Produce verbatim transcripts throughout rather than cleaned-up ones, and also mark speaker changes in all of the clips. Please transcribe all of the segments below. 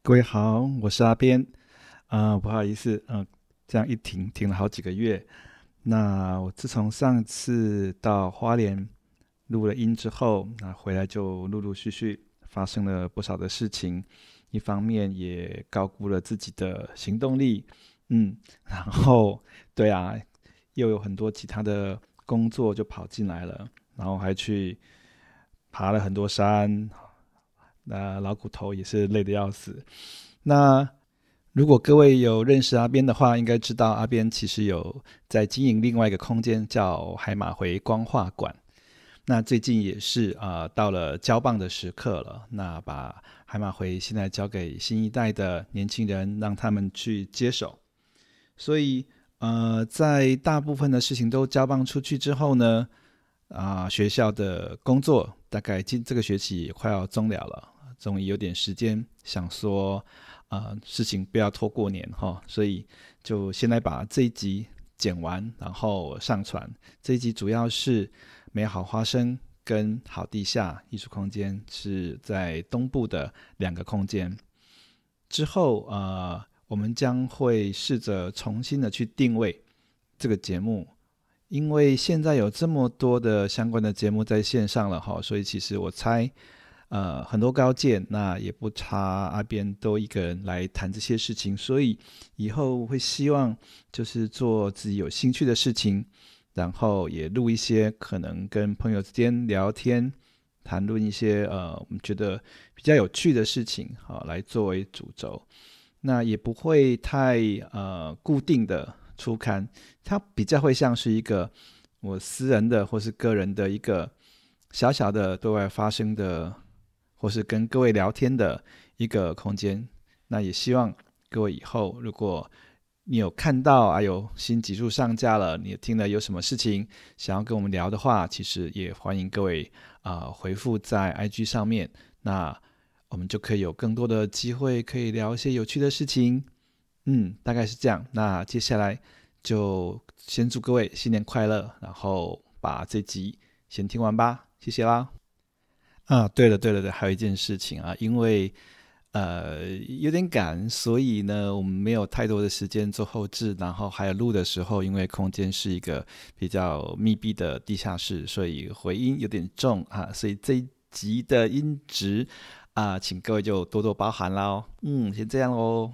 Speaker 1: 各位好，我是阿边。啊、呃不好意思，嗯、呃，这样一停停了好几个月。那我自从上次到花莲录了音之后，那回来就陆陆续续发生了不少的事情。一方面也高估了自己的行动力，嗯，然后对啊，又有很多其他的工作就跑进来了，然后还去爬了很多山，那老骨头也是累得要死。那如果各位有认识阿边的话，应该知道阿边其实有在经营另外一个空间，叫海马回光画馆。那最近也是呃到了交棒的时刻了，那把海马回现在交给新一代的年轻人，让他们去接手。所以呃，在大部分的事情都交棒出去之后呢，啊、学校的工作大概今这个学期也快要终了了，终于有点时间想说，呃，事情不要拖过年哈，所以就先来把这一集剪完，然后上传。这一集主要是美好花生跟好地下艺术空间是在东部的两个空间。之后呃，我们将会试着重新的去定位这个节目，因为现在有这么多的相关的节目在线上了哈，所以其实我猜，呃，很多高见，那也不差阿边都一个人来谈这些事情，所以以后会希望就是做自己有兴趣的事情，然后也录一些可能跟朋友之间聊天，谈论一些呃我们觉得比较有趣的事情，好来作为主轴。那也不会太呃固定的出刊，它比较会像是一个我私人的或是个人的一个小小的对外发声的，或是跟各位聊天的一个空间。那也希望各位以后如果你有看到啊有新集数上架了，你听了有什么事情想要跟我们聊的话，其实也欢迎各位啊、呃回复在 I G 上面。那我们就可以有更多的机会可以聊一些有趣的事情。嗯，大概是这样。那接下来就先祝各位新年快乐，然后把这集先听完吧，谢谢啦。啊，对了对了对，还有一件事情啊，因为呃有点赶，所以呢我们没有太多的时间做后置，然后还有录的时候，因为空间是一个比较密闭的地下室，所以回音有点重啊，所以这一集的音质啊，请各位就多多包涵啦哦。嗯，先这样喽。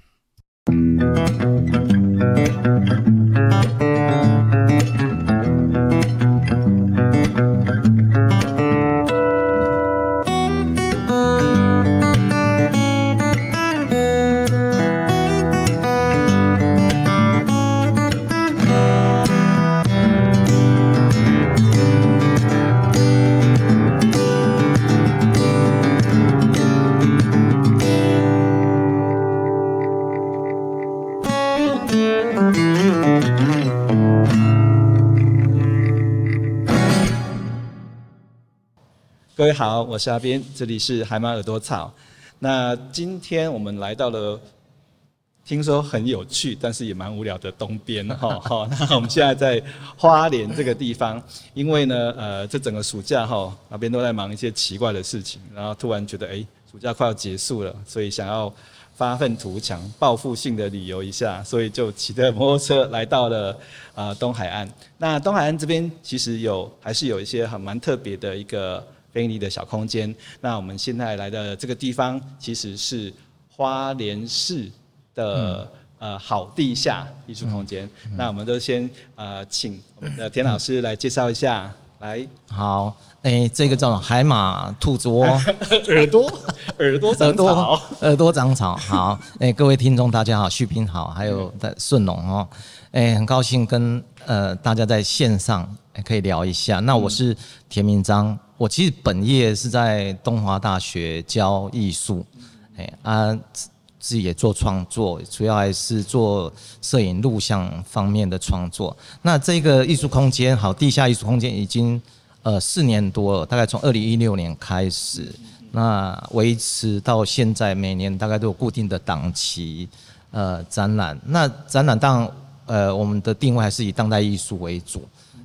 Speaker 1: 各位好，我是阿边，这里是海马耳朵草。那今天我们来到了听说很有趣，但是也蛮无聊的东边哈。哈，那我们现在在花莲这个地方，因为呢，呃，这整个暑假哈，阿边都在忙一些奇怪的事情，然后突然觉得，哎，暑假快要结束了，所以想要发愤图强、报复性的旅游一下，所以就骑着摩托车来到了啊、呃、东海岸。那东海岸这边其实有还是有一些很蛮特别的一个非利的小空间。那我们现在来的这个地方，其实是花莲市的、嗯、呃好地下艺术空间。嗯嗯、那我们就先呃请我们的田老师来介绍一下。来，
Speaker 2: 好，哎，这个叫海马兔子窝，
Speaker 1: 耳朵耳朵长草，
Speaker 2: 耳朵长草。好，哎，各位听众大家好，旭斌好，还有顺龙哦，哎，很高兴跟呃大家在线上可以聊一下。那我是田明章，我其实本业是在东华大学教艺术，哎啊。自己也做创作，主要还是做摄影录像方面的创作。那这个艺术空间，好，地下艺术空间已经呃四年多了，大概从二零一六年开始，那维持到现在，每年大概都有固定的档期，呃，展览。那展览当然，呃，我们的定位还是以当代艺术为主。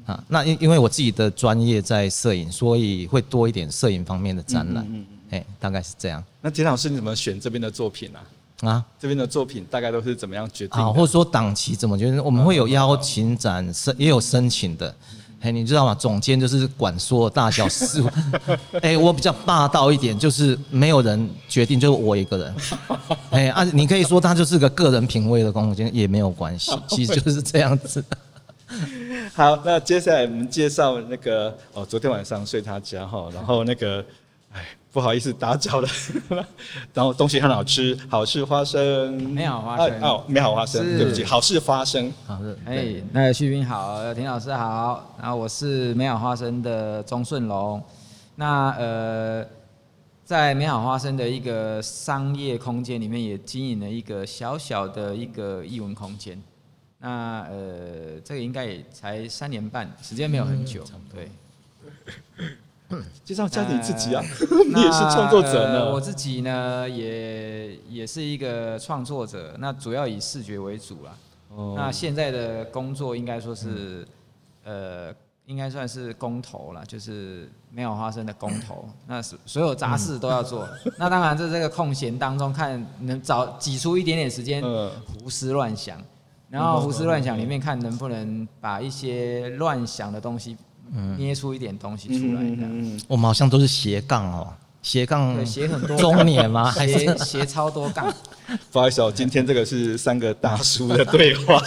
Speaker 2: 啊，那因因为我自己的专业在摄影，所以会多一点摄影方面的展览，嗯嗯嗯哎，大概是这样。
Speaker 1: 那田老师你怎么选这边的作品啊？啊，这边的作品大概都是怎么样决定的？
Speaker 2: 啊，或者说档期怎么决定？我们会有邀请展，也有申请的。哎，你知道吗？总监就是管所有大小事务。哎，我比较霸道一点，就是没有人决定，就是我一个人。哎啊，你可以说他就是个个人品味的空间，也没有关系，其实就是这样子。
Speaker 1: 好，那接下来我们介绍那个哦，昨天晚上睡他家哈，然后那个，哎。不好意思打搅了，然后东西很好吃，好事花生，
Speaker 3: 美好花生、
Speaker 1: 啊、哦，美好花生，对不起，好事发生。
Speaker 3: 好的，哎，那个旭斌好，田老师好，然后我是美好花生的钟顺龙，那呃，在美好花生的一个商业空间里面，也经营了一个小小的一个艺文空间，那呃，这个应该也才三年半，时间没有很久，嗯、对。
Speaker 1: 介绍家你自己啊，你也是创作者呢、
Speaker 3: 呃。我自己呢，也也是一个创作者，那主要以视觉为主啦。哦、那现在的工作应该说是，嗯、呃，应该算是工头啦，就是没有花生的工头。那所有杂事都要做。嗯、那当然在这个空闲当中，看能找挤出一点点时间胡思乱想，然后胡思乱想里面看能不能把一些乱想的东西。捏出一点东西出来，这样。
Speaker 2: 我们好像都是斜杠哦，斜杠
Speaker 3: 对，斜很多
Speaker 2: 中年吗？还
Speaker 3: 是斜超多杠？
Speaker 1: 不好意思哦，今天这个是三个大叔的对话。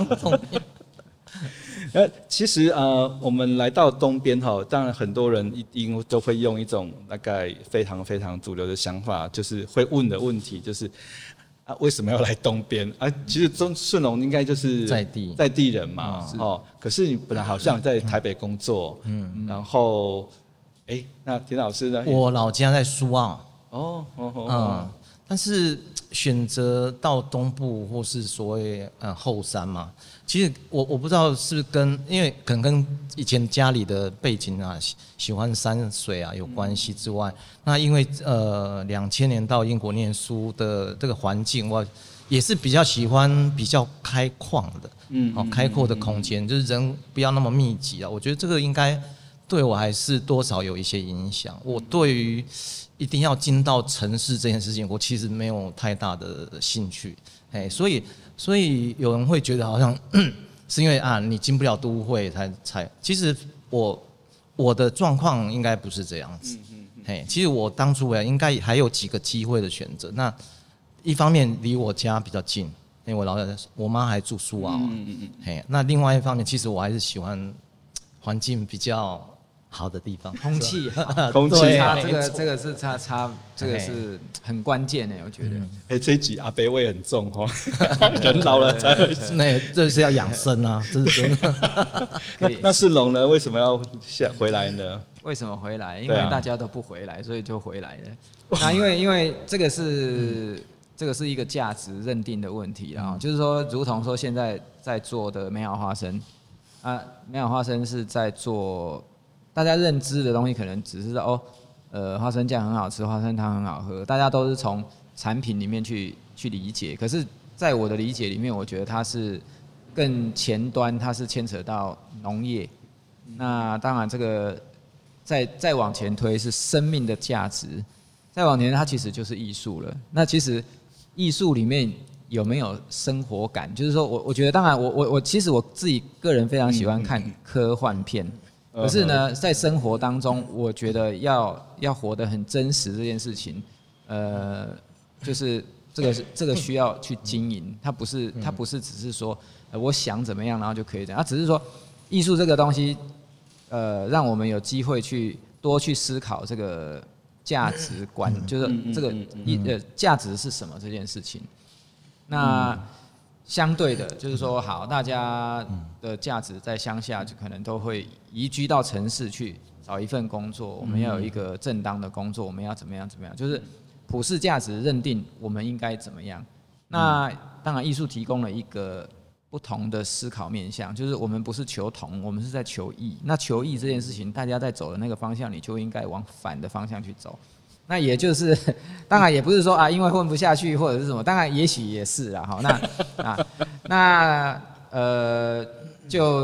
Speaker 1: 呃，其实呃，我们来到东边哈，当然很多人一定都会用一种大概非常非常主流的想法，就是会问的问题就是。啊，为什么要来东边？啊，其实钟顺龙应该就是
Speaker 2: 在地
Speaker 1: 在地人嘛，嗯、哦。可是你本来好像在台北工作，嗯，然后，哎、欸，那田老师呢？
Speaker 2: 我老家在苏澳，
Speaker 1: 哦，哦哦，
Speaker 2: 嗯，但是选择到东部或是所谓呃后山嘛，其实我我不知道是不是跟因为可能跟以前家里的背景啊，喜喜欢山水啊有关系之外，嗯、那因为呃两千年到英国念书的这个环境，我也是比较喜欢比较开旷的，嗯，哦开阔的空间，就是人不要那么密集啊，我觉得这个应该对我还是多少有一些影响。我对于一定要进到城市这件事情，我其实没有太大的兴趣，哎，所以所以有人会觉得好像是因为啊你进不了都会才才，其实我我的状况应该不是这样子，哎，其实我当初应该还有几个机会的选择，那一方面离我家比较近，因为我老我妈还住苏澳，嗯嗯嗯，嘿，那另外一方面，其实我还是喜欢环境比较好的地方，
Speaker 3: 空气，
Speaker 1: 空气，
Speaker 3: 这个这个是差差，这个是很关键的，我觉得。
Speaker 1: 哎，这一集阿伯味很重哦，人老了才会。
Speaker 2: 那这是要养生啊，这是真的。
Speaker 1: 那那世龙呢？为什么要下回来呢？
Speaker 3: 为什么回来？因为大家都不回来，所以就回来了。那因为因为这个是。这个是一个价值认定的问题啦，就是说，如同说现在在做的美好花生，啊，美好花生是在做大家认知的东西，可能只是哦，呃，花生酱很好吃，花生汤很好喝，大家都是从产品里面去去理解。可是，在我的理解里面，我觉得它是更前端，它是牵扯到农业。那当然，这个再再往前推是生命的价值，再往前它其实就是艺术了。那其实艺术里面有没有生活感？就是说我我觉得，当然我我我其实我自己个人非常喜欢看科幻片，可是呢，在生活当中，我觉得要要活得很真实这件事情，呃，就是这个是这个需要去经营，它不是它不是只是说呃我想怎么样然后就可以这样，它只是说艺术这个东西，呃，让我们有机会去多去思考这个。价值观就是这个一呃价值是什么这件事情。那相对的，就是说好，大家的价值在乡下就可能都会移居到城市去找一份工作，我们要有一个正当的工作，我们要怎么样怎么样，就是普世价值认定我们应该怎么样。那当然，艺术提供了一个不同的思考面向，就是我们不是求同，我们是在求异。那求异这件事情，大家在走的那个方向，你就应该往反的方向去走。那也就是，当然也不是说啊，因为混不下去或者是什么，当然也许也是啦。好，那啊，那呃，就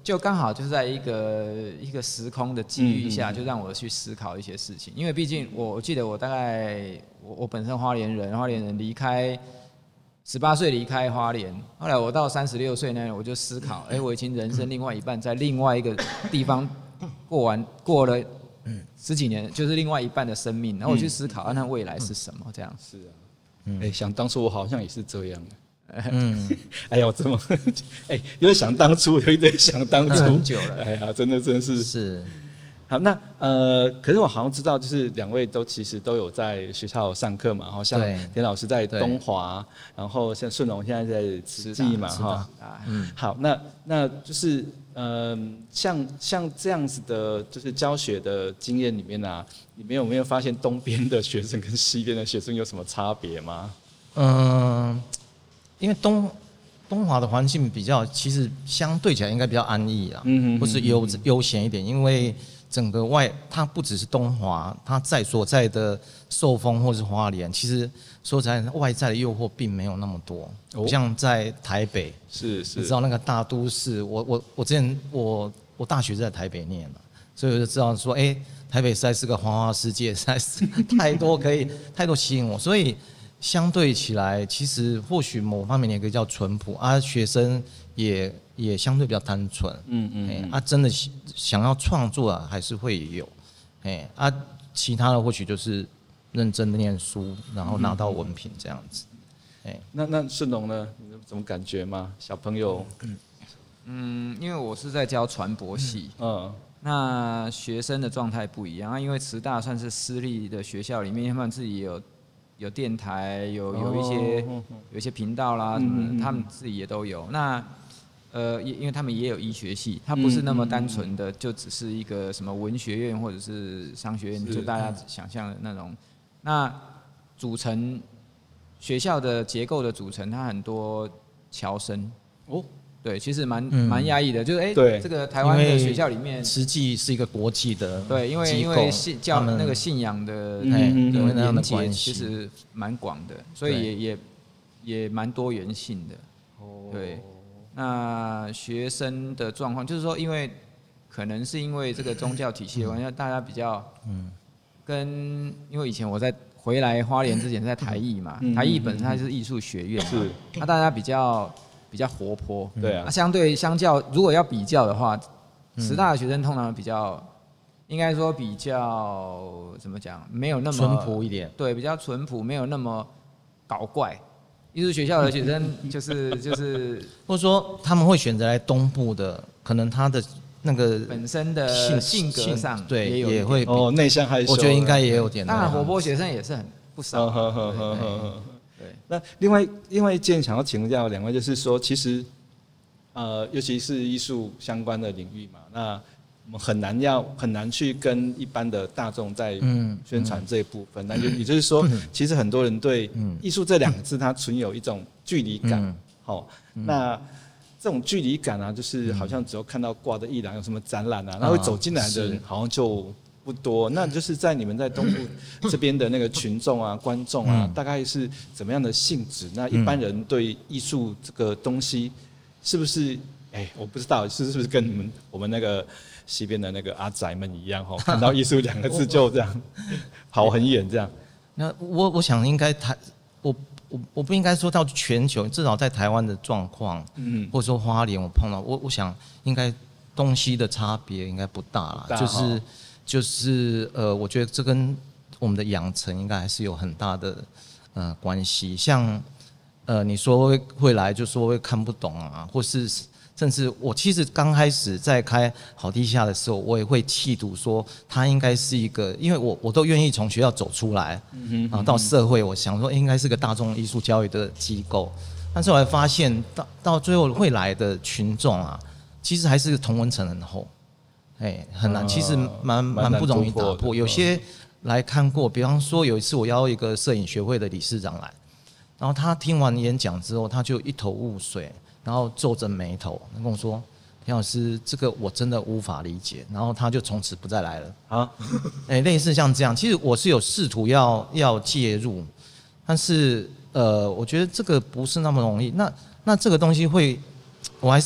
Speaker 3: 就刚好就是在一个一个时空的机遇下，就让我去思考一些事情。因为毕竟我我记得我大概我我本身花莲人，花莲人离开十八岁离开花莲，后来我到三十六岁呢，我就思考，哎、欸，我已经人生另外一半在另外一个地方过完过了十几年，就是另外一半的生命，然后我去思考，啊，那未来是什么？这样
Speaker 1: 是啊，哎、欸，想当初我好像也是这样。
Speaker 2: 嗯，
Speaker 1: 哎呀，我这么，哎，有点想当初，有一点想当初，
Speaker 3: 很久了。
Speaker 1: 哎呀，真的真是
Speaker 2: 是。
Speaker 1: 好，那呃，可是我好像知道，就是两位都其实都有在学校上课嘛，好像田老师在东华，然后像顺龙现在在慈济嘛，哈，嗯，好，那那就是呃，像像这样子的，就是教学的经验里面啊，你们有没有发现东边的学生跟西边的学生有什么差别吗？
Speaker 2: 嗯。因为东东华的环境比较，其实相对起来应该比较安逸啦，嗯，或是悠悠闲一点。因为整个外，它不只是东华，它在所在的寿丰或是花莲，其实说实在，外在的诱惑并没有那么多，不像在台北，
Speaker 1: 是是，
Speaker 2: 你知道那个大都市，我我我之前我我大学是在台北念嘛，所以我就知道说，哎、欸，台北实在是个花花世界，实在是太多可以太多吸引我，所以。相对起来，其实或许某方面也可以叫淳朴啊，学生也也相对比较单纯，嗯嗯，欸、啊，真的想要创作啊，还是会有，哎、欸、啊，其他的或许就是认真的念书，然后拿到文凭这样子，哎、欸，
Speaker 1: 那那顺龙呢，你有什么感觉吗？小朋友，
Speaker 3: 嗯，因为我是在教传播系，嗯，那学生的状态不一样啊，因为慈大算是私立的学校里面，他们自己也有。有电台，有有一些、哦、有一些频道啦，什么的，他们自己也都有。那呃，因为他们也有医学系，它不是那么单纯的，就只是一个什么文学院或者是商学院，就大家想象的那种。那组成学校的结构的组成，它很多侨生哦。对，其实蛮蛮压抑的，就是哎、欸，这个台湾的学校里面，
Speaker 2: 实际是一个国际的
Speaker 3: 对，因为因为信教那个信仰的连结其实蛮广的，所以也也也蛮多元性的。哦，对，那学生的状况就是说，因为可能是因为这个宗教体系的关系，大家比较嗯，跟因为以前我在回来花莲之前在台艺嘛，台艺本身它是艺术学院，是，那大家比较。比较活泼，
Speaker 1: 对啊，
Speaker 3: 相对相较，如果要比较的话，慈大的学生通常比较，应该说比较怎么讲，没有那么
Speaker 2: 淳朴一点，
Speaker 3: 对，比较淳朴，没有那么搞怪。艺术学校的学生就是就是，
Speaker 2: 或者说他们会选择来东部的，可能他的那个
Speaker 3: 本身的性格上，
Speaker 2: 对，
Speaker 3: 也有
Speaker 2: 也会
Speaker 1: 哦内向害羞，
Speaker 2: 我觉得应该也有点。
Speaker 3: 当然，活泼学生也是很不少。
Speaker 1: 对，那另外另外一件想要请教两位，就是说，其实，呃，尤其是艺术相关的领域嘛，那我们很难要很难去跟一般的大众在宣传这一部分。那、嗯嗯、就也就是说，其实很多人对艺术这两个字，它存有一种距离感。好、嗯嗯，那这种距离感啊，就是好像只有看到挂的艺廊有什么展览啊，然后走进来的人好像就。不多，那就是在你们在东部这边的那个群众啊、观众啊，大概是怎么样的性质？那一般人对艺术这个东西，是不是？哎、欸，我不知道是是不是跟你们我们那个西边的那个阿宅们一样哈，看到艺术两个字就这样跑很远这样。
Speaker 2: 那我我想应该台我我我不应该说到全球，至少在台湾的状况，嗯，或者说花莲我碰到我我想应该东西的差别应该不大啦，就是。就是呃，我觉得这跟我们的养成应该还是有很大的呃关系。像呃，你说会会来就说会看不懂啊，或是甚至我其实刚开始在开好地下的时候，我也会企图说它应该是一个，因为我我都愿意从学校走出来，嗯啊到社会，我想说应该是个大众艺术教育的机构。但是我还发现到到最后会来的群众啊，其实还是同温层很厚。哎，很难，其实蛮蛮不容易打破。有些来看过，比方说有一次我邀一个摄影学会的理事长来，然后他听完演讲之后，他就一头雾水，然后皱着眉头，他跟我说：“田老师，这个我真的无法理解。”然后他就从此不再来了。啊，哎，类似像这样，其实我是有试图要要介入，但是呃，我觉得这个不是那么容易。那那这个东西会，我还是要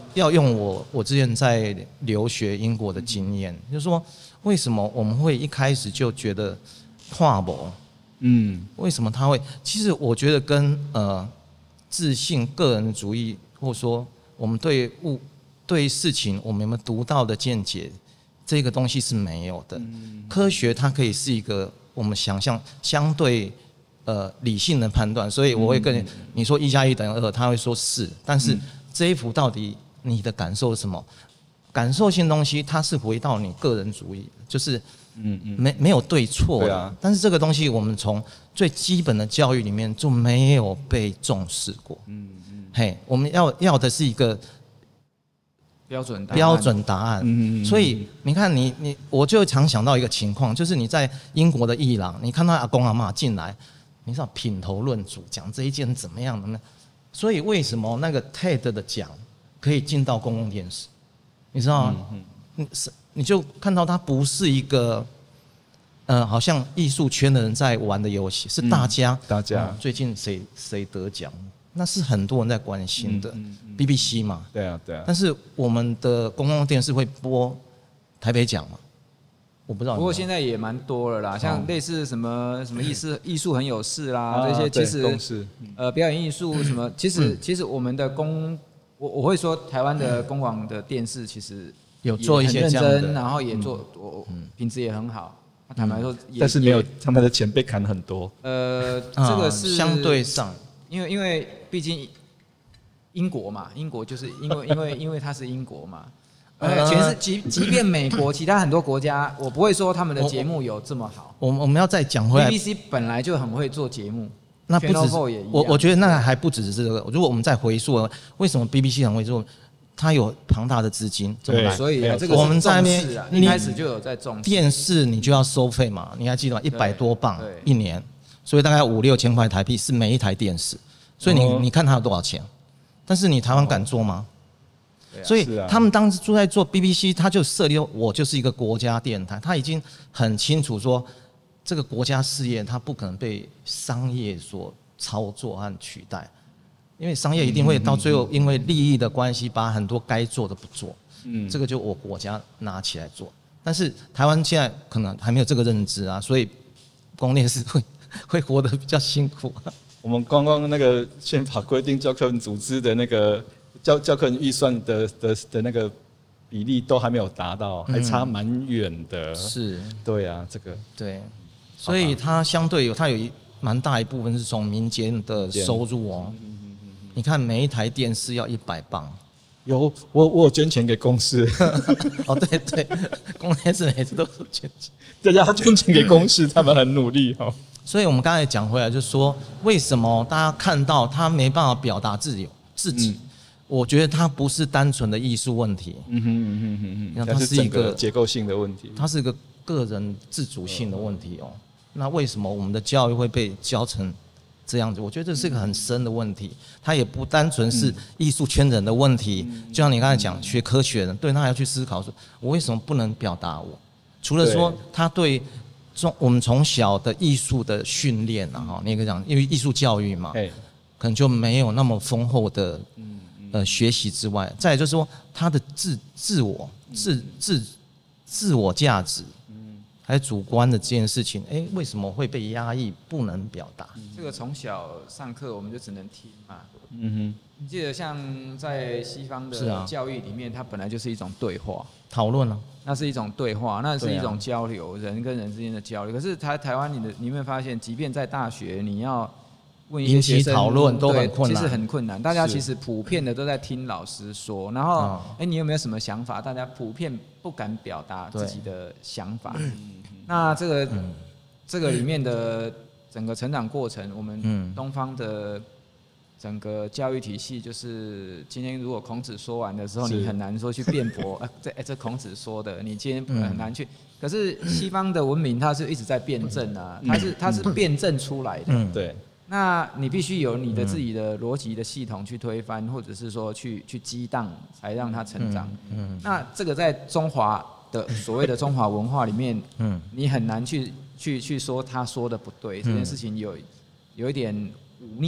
Speaker 2: 要用我我之前在留学英国的经验，就是说为什么我们会一开始就觉得跨博？嗯，为什么他会？其实我觉得跟呃自信、个人主义，或者说我们对物对事情我们有没有独到的见解，这个东西是没有的。嗯、科学它可以是一个我们想象相对呃理性的判断，所以我会跟你、嗯、你说一加一等于二，他会说是，但是这一幅到底你的感受是什么？感受性东西它是回到你个人主义，就是嗯嗯没没有对错的、啊，但是这个东西我们从最基本的教育里面就没有被重视过。嗯嗯，嘿，我们要要的是一个
Speaker 3: 标准答案
Speaker 2: 标准答案。嗯嗯，所以你看你你我就常想到一个情况，就是你在英国的伊朗，你看到阿公阿嬷进来，你知道品头论足讲这一件怎么样的呢？所以为什么那个 T E D 的奖可以进到公共电视？你知道吗？嗯嗯、你是你就看到它不是一个，呃，好像艺术圈的人在玩的游戏，是大家、嗯、
Speaker 1: 大家、
Speaker 2: 嗯、最近谁谁得奖，那是很多人在关心的、嗯嗯、B B C 嘛。
Speaker 1: 对啊对啊。
Speaker 2: 但是我们的公共电视会播台北奖吗？我不知道。
Speaker 3: 不过现在也蛮多了啦，像类似什么什么艺术艺术很有事啦，啊、这些其实呃表演艺术什么，其实、嗯、其实我们的公。我我会说，台湾的公广的电视其实
Speaker 2: 有做一些这样的，
Speaker 3: 然后也做，我、嗯、品质也很好。坦白说，
Speaker 1: 但是没有他们的钱被砍很多。
Speaker 3: 呃，这个是、
Speaker 2: 嗯、相对上，
Speaker 3: 因为因为毕竟英国嘛，英国就是因为因为因为它是英国嘛，呃，全是即即便美国其他很多国家，我不会说他们的节目有这么好。
Speaker 2: 我我们要再讲回来
Speaker 3: ，B B C 本来就很会做节目。
Speaker 2: 那不止，我我觉得那还不只是这个。如果我们再回溯，为什么 B B C 很会做？它有庞大的资金，怎么来？
Speaker 3: 所以这个
Speaker 2: 我们在那边
Speaker 3: 一开始就有在重视。
Speaker 2: 电视你就要收费嘛，你还记得吗？一百多磅一年，所以大概五六千块台币是每一台电视。所以你、哦、你看它有多少钱？但是你台湾敢做吗？哦、所以他们当时就在做 B B C， 他就设立我就是一个国家电台，他已经很清楚说。这个国家事业它不可能被商业所操作和取代，因为商业一定会到最后因为利益的关系把很多该做的不做，嗯，这个就我国家拿起来做。但是台湾现在可能还没有这个认知啊，所以公共电视会会活得比较辛苦。
Speaker 1: 我们光光那个宪法规定教科文组织的那个教教科文预算的的的那个比例都还没有达到，还差蛮远的。
Speaker 2: 是，
Speaker 1: 对啊，这个
Speaker 2: 对。所以它相对有，它有一蛮大一部分是从民间的收入哦。你看每一台电视要一百磅，
Speaker 1: 有我我有捐钱给公司。
Speaker 2: 哦对对，公电视每次都是捐钱，
Speaker 1: 大家捐钱给公司，他们很努力哦。
Speaker 2: 所以我们刚才讲回来，就是说为什么大家看到他没办法表达自由自己？嗯、我觉得它不是单纯的艺术问题，嗯哼嗯哼嗯哼，它是一个
Speaker 1: 结构性的问题，
Speaker 2: 它是一个个人自主性的问题哦。那为什么我们的教育会被教成这样子？我觉得这是一个很深的问题，它也不单纯是艺术圈人的问题。就像你刚才讲，学科学人，对他要去思考说，我为什么不能表达我？除了说他对从我们从小的艺术的训练啊，哈，你可以讲，因为艺术教育嘛，可能就没有那么丰厚的呃学习之外，再来就是说他的自自我自自自我价值。还有主观的这件事情，哎，为什么会被压抑，不能表达？
Speaker 3: 这个从小上课我们就只能听嘛。嗯哼。你记得像在西方的教育里面，它本来就是一种对话、
Speaker 2: 讨论啊，
Speaker 3: 那是一种对话，那是一种交流，人跟人之间的交流。可是台台湾，你的你有没有发现，即便在大学，你要问一些学生
Speaker 2: 讨论都很困难，
Speaker 3: 其实很困难。大家其实普遍的都在听老师说，然后，哎，你有没有什么想法？大家普遍不敢表达自己的想法。那这个、嗯、这个里面的整个成长过程，我们东方的整个教育体系，就是今天如果孔子说完的时候，你很难说去辩驳，啊，这这孔子说的，你今天很难去。可是西方的文明，它是一直在辩证啊，它是它是辩证出来的。
Speaker 1: 嗯，对。
Speaker 3: 那你必须有你的自己的逻辑的系统去推翻，或者是说去去激荡，才让它成长。嗯，嗯那这个在中华的所谓的中华文化里面，嗯，你很难去去去说他说的不对，这件事情有有一点忤逆，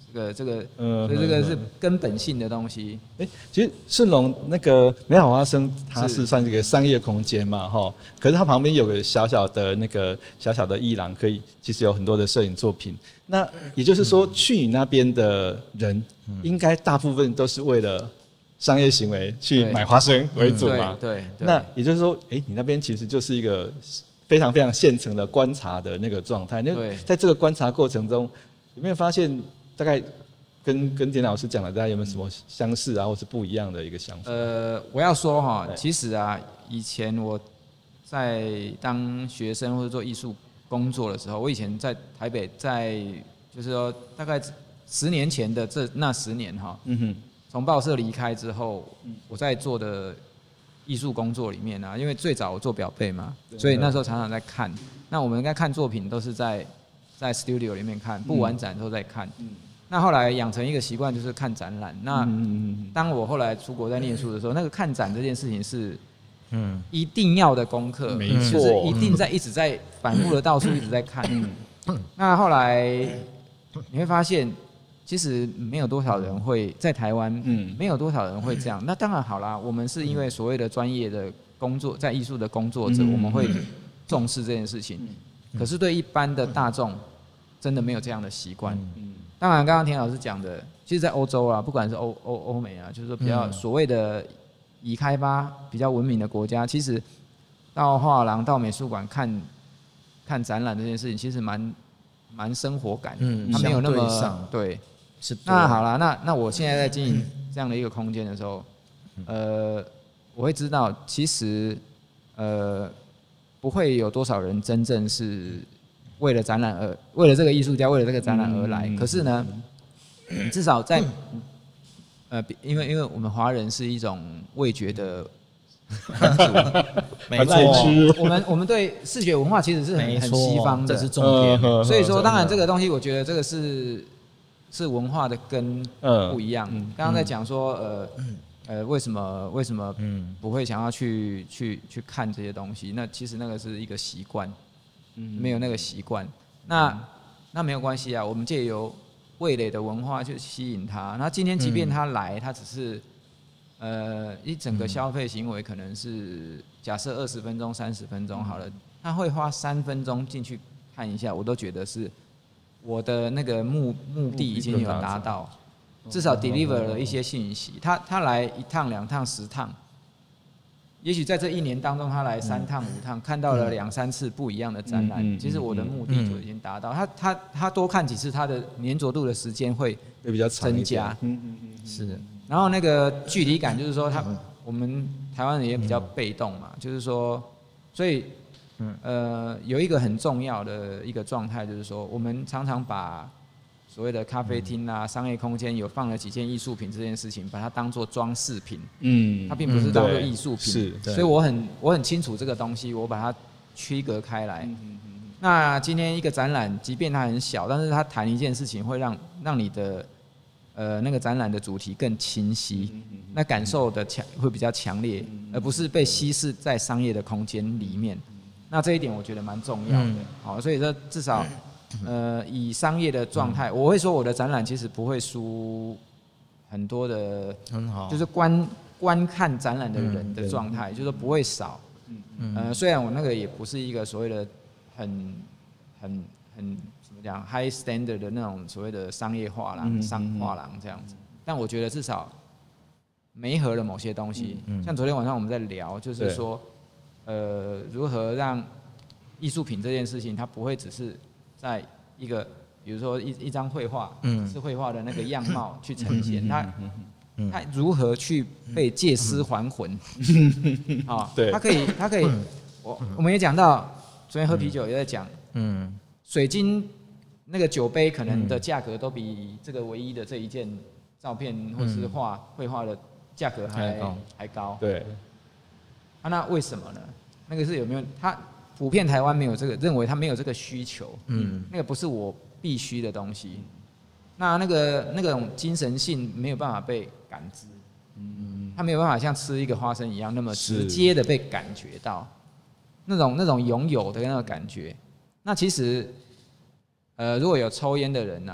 Speaker 3: 这个这个，所以这个是根本性的东西。
Speaker 1: 哎、欸，其实顺隆那个美好花生，它是算是一个商业空间嘛，哈。可是它旁边有个小小的那个小小的艺廊，可以其实有很多的摄影作品。那也就是说，去你那边的人，应该大部分都是为了商业行为去买花生为主嘛？
Speaker 3: 对 对, 对。
Speaker 1: 那也就是说，哎、欸，你那边其实就是一个非常非常现成的观察的那个状态。那在这个观察过程中，有没有发现？大概跟跟田老师讲的，大家有没有什么相似啊，或是不一样的一个想法？
Speaker 3: 呃，我要说哈，其实啊，以前我在当学生或者做艺术工作的时候，我以前在台北，在就是说大概十年前的这那十年哈，嗯哼，从报社离开之后，我在做的艺术工作里面啊，因为最早我做表背嘛，所以那时候常常在看。那我们应该看作品都是在在 studio 里面看，布完展都在看。嗯那后来养成一个习惯，就是看展览。那当我后来出国在念书的时候，那个看展这件事情是，嗯，一定要的功课，
Speaker 1: 没错，
Speaker 3: 就是一定在一直在反复的到处一直在看。那后来你会发现，其实没有多少人会在台湾，嗯，没有多少人会这样。那当然好啦，我们是因为所谓的专业的工作，在艺术的工作者，我们会重视这件事情。可是对一般的大众，真的没有这样的习惯。当然，刚刚田老师讲的，其实，在欧洲啊，不管是欧欧欧美啊，就是说比较所谓的已开发、比较文明的国家，其实到画廊、到美术馆看看展览这件事情，其实蛮蛮生活感的，嗯，它没有那么对。是。那好啦，那那我现在在经营这样的一个空间的时候，呃，我会知道，其实呃，不会有多少人真正是。为了展览而，为了这个艺术家，为了这个展览而来。可是呢，至少在，呃，因为因为我们华人是一种味觉的民族，
Speaker 2: 没错，
Speaker 3: 我们我们对视觉文化其实是很很西方的，
Speaker 2: 这是重点。
Speaker 3: 所以说，当然这个东西，我觉得这个是是文化的根不一样。刚刚在讲说，呃呃，为什么为什么不会想要去去去看这些东西？那其实那个是一个习惯。没有那个习惯，那那没有关系啊。我们借由味蕾的文化去吸引他。那今天即便他来，他只是呃一整个消费行为可能是假设二十分钟、三十分钟好了，他会花三分钟进去看一下，我都觉得是我的那个目目的已经有达到，至少 deliver 了一些信息。他他来一趟、两趟、十趟。也许在这一年当中，他来三趟五趟，看到了两三次不一样的展览。其实我的目的就已经达到。他他他多看几次，他的粘着度的时间会
Speaker 1: 会比较
Speaker 3: 增加。
Speaker 1: 嗯嗯嗯，
Speaker 3: 是。然后那个距离感，就是说他我们台湾人也比较被动嘛，就是说，所以呃有一个很重要的一个状态，就是说我们常常把所谓的咖啡厅啊、商业空间有放了几件艺术品这件事情，把它当作装饰品，嗯，它并不是当作艺术品，是，所以我很我很清楚这个东西，我把它区隔开来。嗯、那今天一个展览，即便它很小，但是它谈一件事情，会让让你的呃那个展览的主题更清晰，嗯、那感受的强会比较强烈，嗯、而不是被稀释在商业的空间里面。那这一点我觉得蛮重要的，好、嗯，所以说至少。呃，以商业的状态，我会说我的展览其实不会输很多的，很好，就是观观看展览的人的状态，就是不会少。嗯呃，虽然我那个也不是一个所谓的很很很怎么讲 high standard 的那种所谓的商业画廊、商画廊这样子，但我觉得至少媒合了某些东西。像昨天晚上我们在聊，就是说，呃，如何让艺术品这件事情，它不会只是在一个，比如说一一张绘画，嗯，是绘画的那个样貌去呈现，它，它如何去被借尸还魂，啊，对，它可以，它可以，我我们也讲到，昨天喝啤酒也在讲，嗯，水晶那个酒杯可能的价格都比这个唯一的这一件照片或是画绘画的价格还还高，对，啊，那为什么呢？那个是有没有它？普遍台湾没有这个，认为他没有这个需求，嗯，那个不是我必须的东西，那那个那种精神性没有办法被感知，嗯，他没有办法像吃一个花生一样那么直接的被感觉到，那种那种拥有的那个感觉。那其实，呃，如果有抽烟的人啊，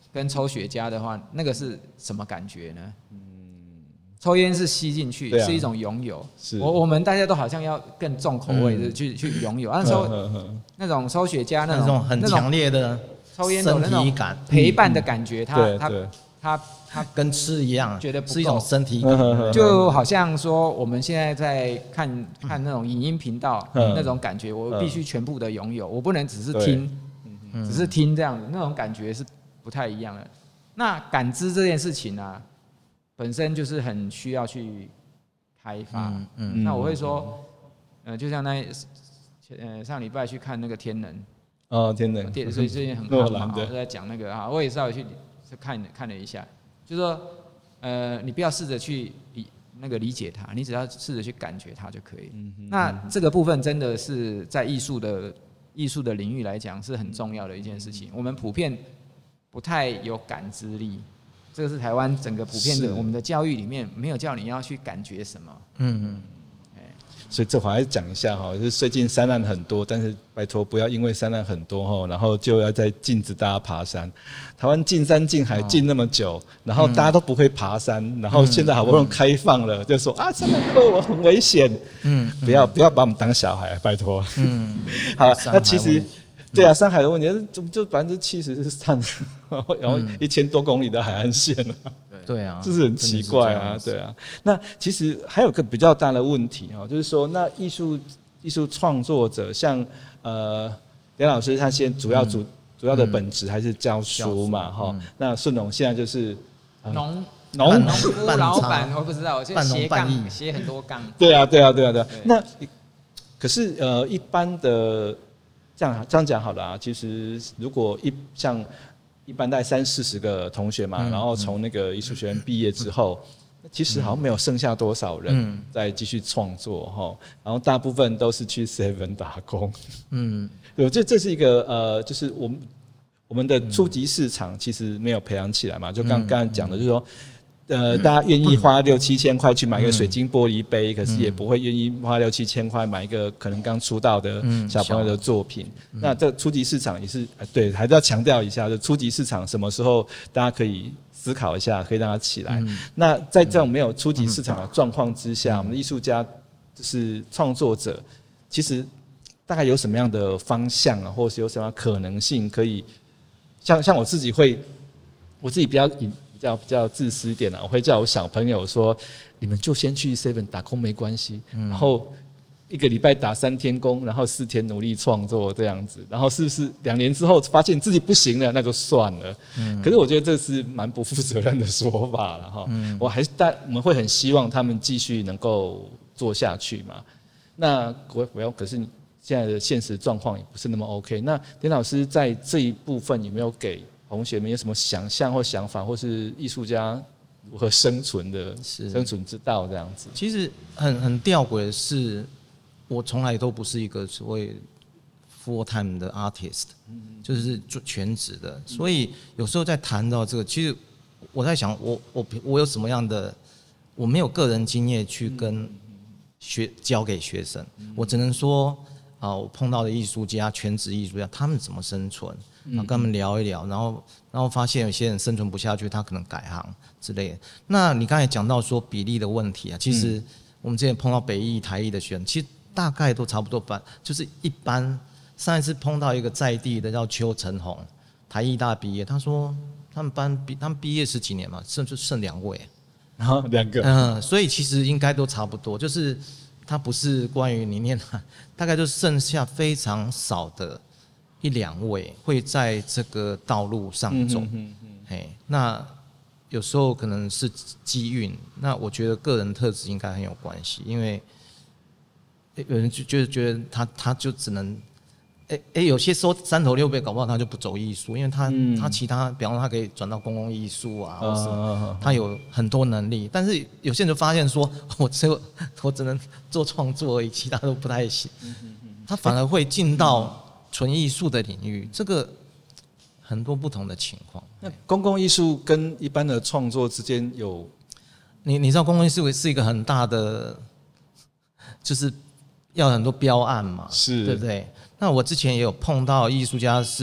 Speaker 3: 跟抽雪茄的话，那个是什么感觉呢？嗯，抽烟是吸进去，啊、是一种拥有。我我们大家都好像要更重口味的、嗯、去去拥有，那抽那种抽雪茄那种
Speaker 2: 那种很强烈的
Speaker 3: 抽烟的那种陪伴的感觉，它它它它
Speaker 2: 跟吃一样，
Speaker 3: 觉得
Speaker 2: 是一种身体感，
Speaker 3: 就好像说我们现在在看看那种影音频道那种感觉，我必须全部的拥有，我不能只是听，只是听这样子，那种感觉是不太一样的。那感知这件事情啊，本身就是很需要去开发。嗯嗯、那我会说，呃，就像那呃上礼拜去看那个《天能》
Speaker 1: 哦，《天能》，
Speaker 3: 所以最近很看嘛，我在讲那个啊，我也稍微去看看了一下，就是说，呃，你不要试着去理那个理解它，你只要试着去感觉它就可以。嗯、那这个部分真的是在艺术的艺术的领域来讲是很重要的一件事情。我们普遍不太有感知力，这个是台湾整个普遍的我们的教育里面没有叫你要去感觉什么。嗯嗯。
Speaker 1: 所以这我还是讲一下哈，就是最近山难很多，但是拜托不要因为山难很多哈，然后就要再禁止大家爬山。台湾禁山禁海禁那么久，然后大家都不会爬山，然后现在好不容易开放了，就说啊山难多很危险，嗯，不要不要把我们当小孩，拜托。嗯，好，那其实。对啊，山海的问题，就就百分之七十是山，然后一千多公里的海岸线啊，
Speaker 2: 对啊，
Speaker 1: 这是很奇怪啊，对啊。那其实还有个比较大的问题哈，就是说，那艺术艺术创作者，像呃连老师他现在主要主、嗯、主要的本职还是教书嘛哈、嗯。那顺龙现在就是
Speaker 3: 农农农夫老板，我不知道，我就斜杠写很多杠。
Speaker 1: 对啊，对啊，对啊，对啊。那可是呃一般的。这样这样讲好了啊，其实如果一像一般大概三四十个同学嘛，嗯、然后从那个艺术学院毕业之后，嗯、其实好像没有剩下多少人再继续创作哈、嗯，然后大部分都是去 seven 打工。嗯，我觉得这是一个呃，就是我们我们的初级市场其实没有培养起来嘛，就刚刚才讲的，就是说。呃，大家愿意花六七千块去买一个水晶玻璃杯，可是也不会愿意花六七千块买一个可能刚出道的小朋友的作品。那这初级市场也是对，还是要强调一下，就初级市场什么时候大家可以思考一下，可以让它起来。那在这种没有初级市场的状况之下，我们的艺术家就是创作者，其实大概有什么样的方向啊，或是有什么样的可能性可以，像像我自己会，我自己比较引。比较比较自私一点啦，我会叫我小朋友说，你们就先去 seven 打工没关系，嗯、然后一个礼拜打三天工，然后四天努力创作这样子，然后是不是两年之后发现自己不行了，那就算了。嗯、可是我觉得这是蛮不负责任的说法了哈。嗯、我还是但我们会很希望他们继续能够做下去嘛。那我我要可是现在的现实状况也不是那么 OK。那田老师在这一部分有没有给同学们有什么想象或想法，或是艺术家如何生存的生存之道这样子？
Speaker 2: 其实很很吊诡的是，我从来都不是一个所谓 full time 的 artist，、嗯、就是做全职的、嗯。所以有时候在谈到这个，其实我在想我，我我我有什么样的，我没有个人经验去跟学教给学生，嗯、我只能说啊，我碰到的艺术家，全职艺术家，他们怎么生存？然后跟他们聊一聊，然后然后发现有些人生存不下去，他可能改行之类的。那你刚才讲到说比例的问题啊，其实我们之前碰到北艺、台艺的学生，其实大概都差不多班，就是一般。上一次碰到一个在地的叫邱成宏，台艺大毕业，他说他们班毕他们毕业十几年嘛，剩就剩两位，
Speaker 1: 然后两个，
Speaker 2: 嗯，所以其实应该都差不多，就是他不是关于你念，大概就剩下非常少的。一两位会在这个道路上走，嗯嗯嗯嘿，那有时候可能是机运，那我觉得个人特质应该很有关系，因为有人就就是觉得他他就只能，哎、欸、哎、欸，有些说三头六臂，搞不好他就不走艺术，因为他、嗯、他其他，比方说他可以转到公共艺术啊，或是他有很多能力，但是有些人就发现说，我只有我只能做创作而已，其他都不太行，嗯嗯嗯他反而会进到。纯艺术的领域，这个很多不同的情况。
Speaker 1: 那公共艺术跟一般的创作之间有，
Speaker 2: 你你知道公共艺术是一个很大的，就是要很多标案嘛，
Speaker 1: 是，
Speaker 2: 对不对？那我之前也有碰到艺术家是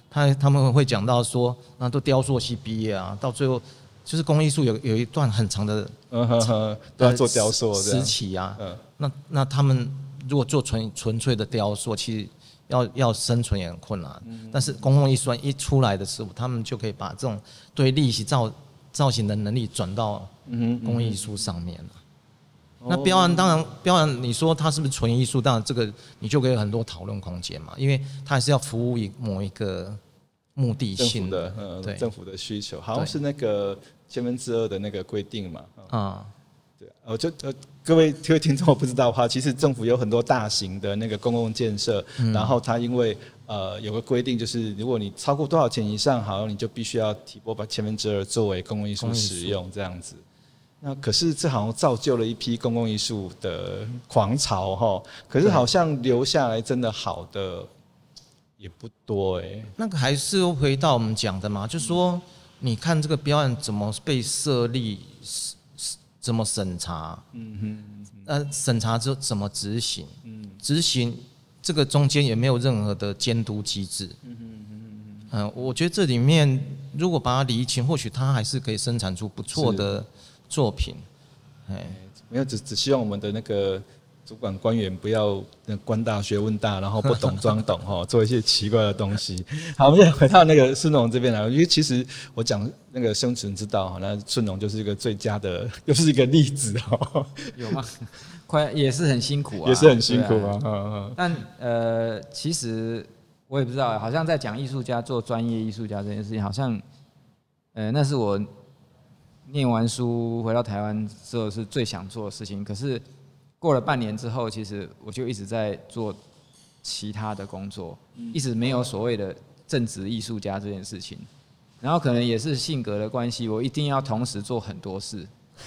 Speaker 2: 他他们会讲到说，那都雕塑系毕业啊，到最后就是工艺术有有一段很长的，
Speaker 1: 嗯哼哼，都要做雕塑
Speaker 2: 时期啊。
Speaker 1: 嗯，
Speaker 2: 那那他们如果做纯纯粹的雕塑，其实要要生存也很困难。嗯、但是公共艺术一出来的时候，他们就可以把这种对立体造造型的能力转到工艺艺术上面了。嗯、那标案当然，标案你说它是不是纯艺术？当然这个你就可以有很多讨论空间嘛，因为它还是要服务于某一个目的性
Speaker 1: 的，嗯，
Speaker 2: 对
Speaker 1: 政府的需求，好像是那个千分之二的那个规定嘛。啊、嗯，对，呃，就呃，各位各位听众不知道的话，其实政府有很多大型的那个公共建设，嗯、然后它因为呃有个规定，就是如果你超过多少钱以上，好像你就必须要提拨把千分之二作为公共艺术使用这样子。那可是这好像造就了一批公共艺术的狂潮哈，可是好像留下来真的好的也不多哎、欸。
Speaker 2: 那个还是回到我们讲的嘛，就是说你看这个标案怎么被设立，怎么审查，嗯哼，呃，审查之后怎么执行，嗯，执行这个中间也没有任何的监督机制，嗯哼嗯哼，嗯，我觉得这里面如果把它理清，或许它还是可以生产出不错的作品，哎，
Speaker 1: 没有，只只希望我们的那个主管官员不要官大学问大，然后不懂装懂哈，做一些奇怪的东西。好，我们现在回到那个顺农这边来，因为其实我讲那个生存之道哈，那顺农就是一个最佳的，又是一个例子哈。
Speaker 3: 有吗？快也是很辛苦啊，
Speaker 1: 也是很辛苦啊。
Speaker 3: 啊但呃，其实我也不知道，好像在讲艺术家做专业艺术家这件事情，好像呃，那是我念完书回到台湾之后是最想做的事情。可是过了半年之后，其实我就一直在做其他的工作，一直没有所谓的正职艺术家这件事情。然后可能也是性格的关系，我一定要同时做很多事，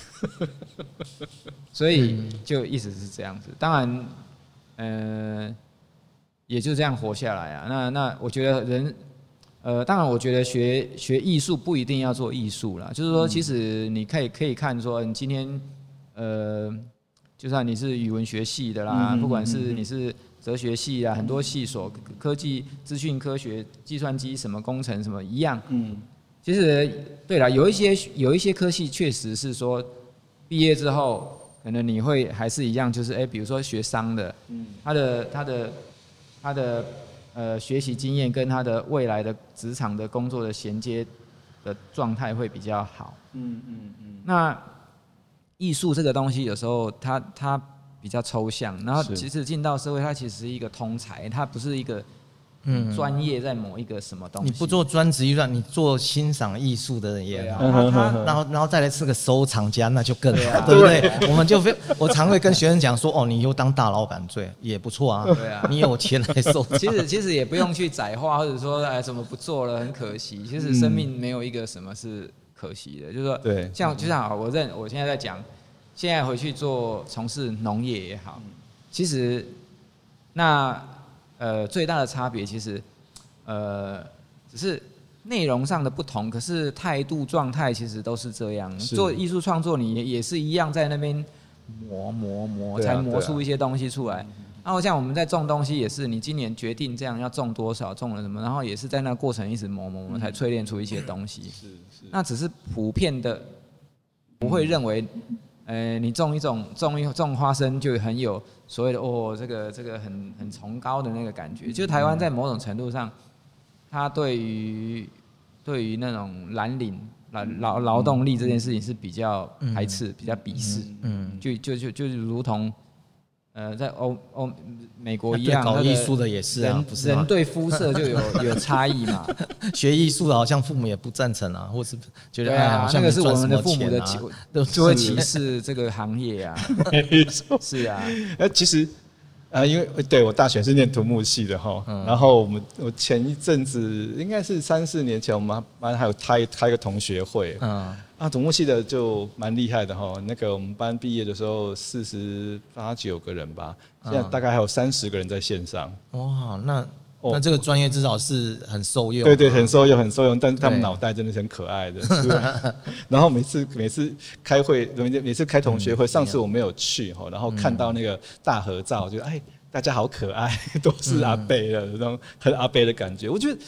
Speaker 3: 所以就一直是这样子。当然，呃，也就这样活下来啊。那那我觉得人。呃，当然，我觉得学学艺术不一定要做艺术啦，就是说，其实你可以可以看说，你今天，呃，就算你是语文学系的啦，不管是你是哲学系啊，很多系所，科技、资讯科学、计算机什么工程什么一样，嗯，其实对啦，有一些有一些科系确实是说，毕业之后，可能你会还是一样，就是哎、欸，比如说学商的，嗯，他的他的他的。呃，学习经验跟他的未来的职场的工作的衔接的状态会比较好。嗯嗯嗯。那艺术这个东西有时候它它比较抽象，然后其实进到社会，它其实是一个通才，它不是一个嗯专业在某一个什么东西。
Speaker 2: 你不做专职艺术，你做欣赏艺术的人也好，啊、他然后然后再来是个收藏家，那就更好，啊、对不对？对我们就我常会跟学生讲说，哦，你又当大老板罪也不错啊，对啊，你有钱来收藏。
Speaker 3: 其实其实也不用去窄化，或者说哎怎么不做了，很可惜。其实生命没有一个什么是可惜的，就是说，对，像就像我认我现在在讲，现在回去做从事农业也好，其实那。呃，最大的差别其实，呃，只是内容上的不同，可是态度状态其实都是这样。做艺术创作，你也是一样在那边磨磨磨，才磨出一些东西出来。然后像我们在种东西也是，你今年决定这样要种多少，种了什么，然后也是在那过程一直磨磨磨，才淬炼出一些东西。是是。那只是普遍的，不会认为。呃，你种一种种一种花生就很有所谓的哦，这个这个很很崇高的那个感觉。就台湾在某种程度上，它对于对于那种蓝领劳劳动力这件事情是比较排斥、嗯、比较鄙视。嗯，就就就就如同呃，在欧欧美国一样，
Speaker 2: 搞艺术的也是啊，不是
Speaker 3: 人对肤色就有有差异嘛。
Speaker 2: 学艺术的好像父母也不赞成啊，或是觉得
Speaker 3: 哎，好像那个是我们的父母的
Speaker 2: 歧，
Speaker 3: 就会歧视这个行业啊。是啊，
Speaker 1: 那其实啊，因为对我大学是念土木系的哈，嗯、然后我们我前一阵子应该是三四年前，我们班还有开开一个同学会，嗯。啊，土木系的就蛮厉害的哈。那个我们班毕业的时候四十八九个人吧，现在大概还有三十个人在线上。
Speaker 2: 哇，那那这个专业至少是很受用。
Speaker 1: 对对，很受用，很受用。但是他们脑袋真的是很可爱的。然后每次每次开会，每次开同学会，上次我没有去哈，然后看到那个大合照，就哎。大家好可爱，都是阿伯的那种很阿伯的感觉。我觉得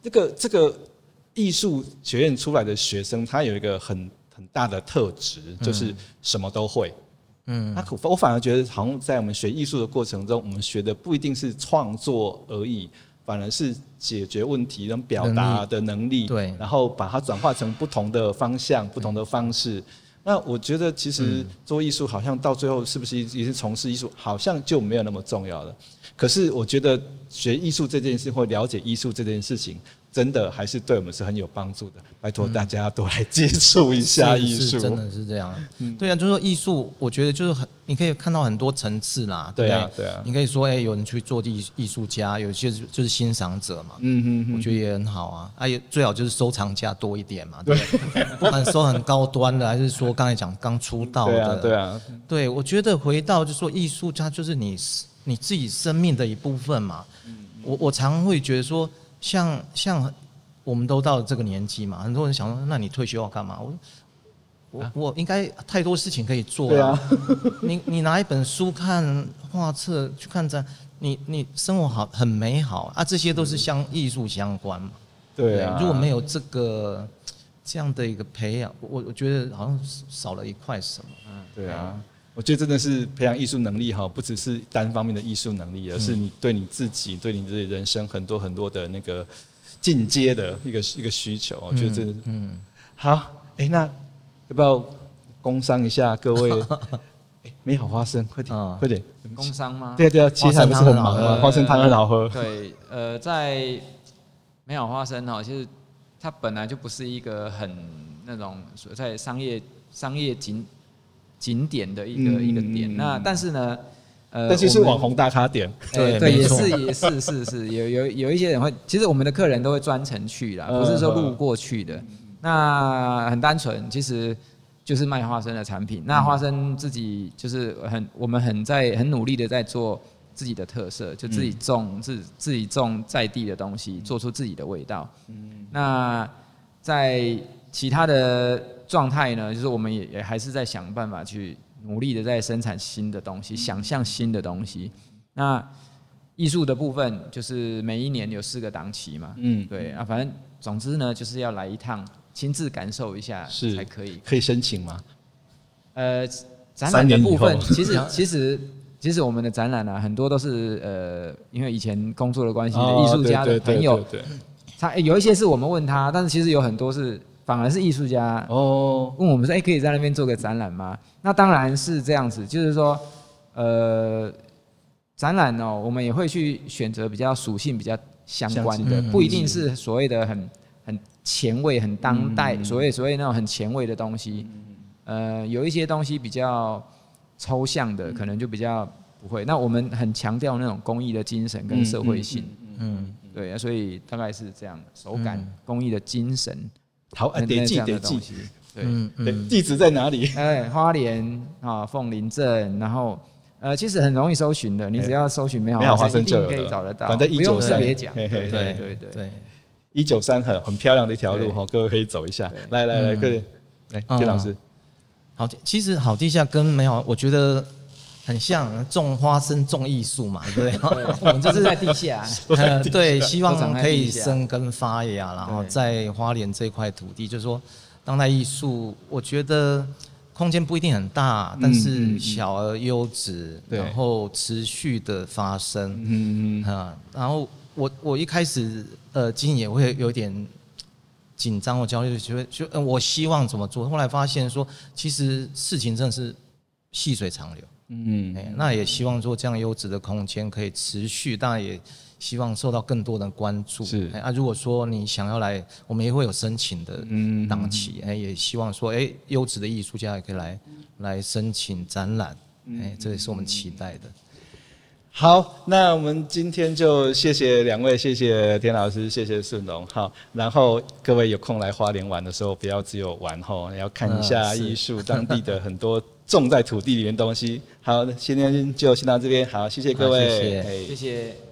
Speaker 1: 这个这个艺术学院出来的学生，他有一个很很大的特质，就是什么都会。嗯，那我反而觉得，好像在我们学艺术的过程中，我们学的不一定是创作而已，反而是解决问题、跟表达的能力，
Speaker 2: 对，
Speaker 1: 然后把它转化成不同的方向、不同的方式。那我觉得，其实做艺术好像到最后是不是也是从事艺术，好像就没有那么重要了。可是我觉得学艺术这件事或了解艺术这件事情，真的还是对我们是很有帮助的。拜托大家多来接触一下艺术，
Speaker 2: 是是真的是这样。嗯、对啊，就是说艺术，我觉得就是很，你可以看到很多层次啦。对啊，
Speaker 1: 对啊。
Speaker 2: 你可以说，哎、欸，有人去做艺艺术家，有些就是欣赏者嘛。嗯嗯嗯，我觉得也很好啊。啊，也最好就是收藏家多一点嘛。对，不管收很高端的，还是说刚才讲刚出道的。
Speaker 1: 对啊，对啊。
Speaker 2: 对，我觉得回到就是说，艺术家就是你你自己生命的一部分嘛。嗯、我我常会觉得说，像像。我们都到了这个年纪嘛，很多人想说，那你退休要干嘛？我我、啊、我应该太多事情可以做了。啊、你你拿一本书看画册去看展，你你生活好很美好啊，这些都是相艺术相关嘛。
Speaker 1: 对啊，
Speaker 2: 如果没有这个这样的一个培养，我我觉得好像少了一块什么。
Speaker 1: 嗯，对啊。我觉得真的是培养艺术能力哈，不只是单方面的艺术能力，而是你对你自己、对你自己人生很多很多的那个。进阶的一个一个需求，我觉得这是嗯好，哎、欸，那要不要工商一下各位？欸、美好花生，快点，嗯、快点，
Speaker 3: 工商吗？
Speaker 1: 对对啊，其实还不是很忙吗？花生汤很好喝。
Speaker 3: 对，呃，在美好花生哈，其实它本来就不是一个很那种在商业商业景景点的一个、嗯、一个点，那但是呢。
Speaker 1: 呃，但是是网红大咖点，
Speaker 3: 对对，也是也是是是，有有有一些人会，其实我们的客人都会专程去啦，不是说路过去的。那很单纯，其实就是卖花生的产品。那花生自己就是很，我们很在很努力的在做自己的特色，就自己种自自己种在地的东西，做出自己的味道。那在其他的状态呢，就是我们也也还是在想办法去。努力的在生产新的东西，想象新的东西。那艺术的部分就是每一年有四个档期嘛，嗯，对啊，反正总之呢，就是要来一趟，亲自感受一下才可以。
Speaker 1: 可以申请吗？
Speaker 3: 呃，展览的部分，其实其实其实我们的展览啊，很多都是呃，因为以前工作的关系的艺术家的朋友，他有一些是我们问他，但是其实有很多是。反而是艺术家哦，问我们说，哎、欸，可以在那边做个展览吗？那当然是这样子，就是说，呃，展览哦，我们也会去选择比较属性比较相关的，不一定是所谓的很很前卫、很当代，嗯、所谓所谓那种很前卫的东西。呃，有一些东西比较抽象的，可能就比较不会。那我们很强调那种公益的精神跟社会性，嗯，嗯对，所以大概是这样，手感、嗯、公益的精神。
Speaker 1: 好，得记得记，
Speaker 3: 对，嗯
Speaker 1: 嗯，地址在哪里？
Speaker 3: 哎，花莲啊，凤林镇，然后呃，其实很容易搜寻的，你只要搜寻美好花生，一定可以找得到，
Speaker 1: 反正一九三，
Speaker 3: 不用特别讲，对对对对，
Speaker 1: 一九三很很漂亮的一条路哈，各位可以走一下。来来来，各位，来，金老师，
Speaker 2: 好，其实好地下跟美好，我觉得。很像种花生种艺术嘛，对不对？
Speaker 3: 我们就是在地下，
Speaker 2: 呃，对，希望可以生根发芽，然后在花莲这块土地，就是说，当代艺术，我觉得空间不一定很大，但是小而优质，然后持续的发生，嗯嗯啊，然后我我一开始呃经营也会有点紧张或焦虑，就就呃我希望怎么做，后来发现说，其实事情真的是细水长流。嗯，那也希望说这样优质的空间可以持续，当然也希望受到更多人关注。是啊，如果说你想要来，我们也会有申请的档期，哎、嗯，也希望说，哎，优质的艺术家也可以来来申请展览，哎，这也是我们期待的。
Speaker 1: 好，那我们今天就谢谢两位，谢谢田老师，谢谢顺龙。好，然后各位有空来花莲玩的时候，不要只有玩吼，也要看一下艺术，当地的很多种在土地里面的东西。好，今天就先到这边，好，谢谢各位，
Speaker 2: 谢谢，
Speaker 3: 谢谢。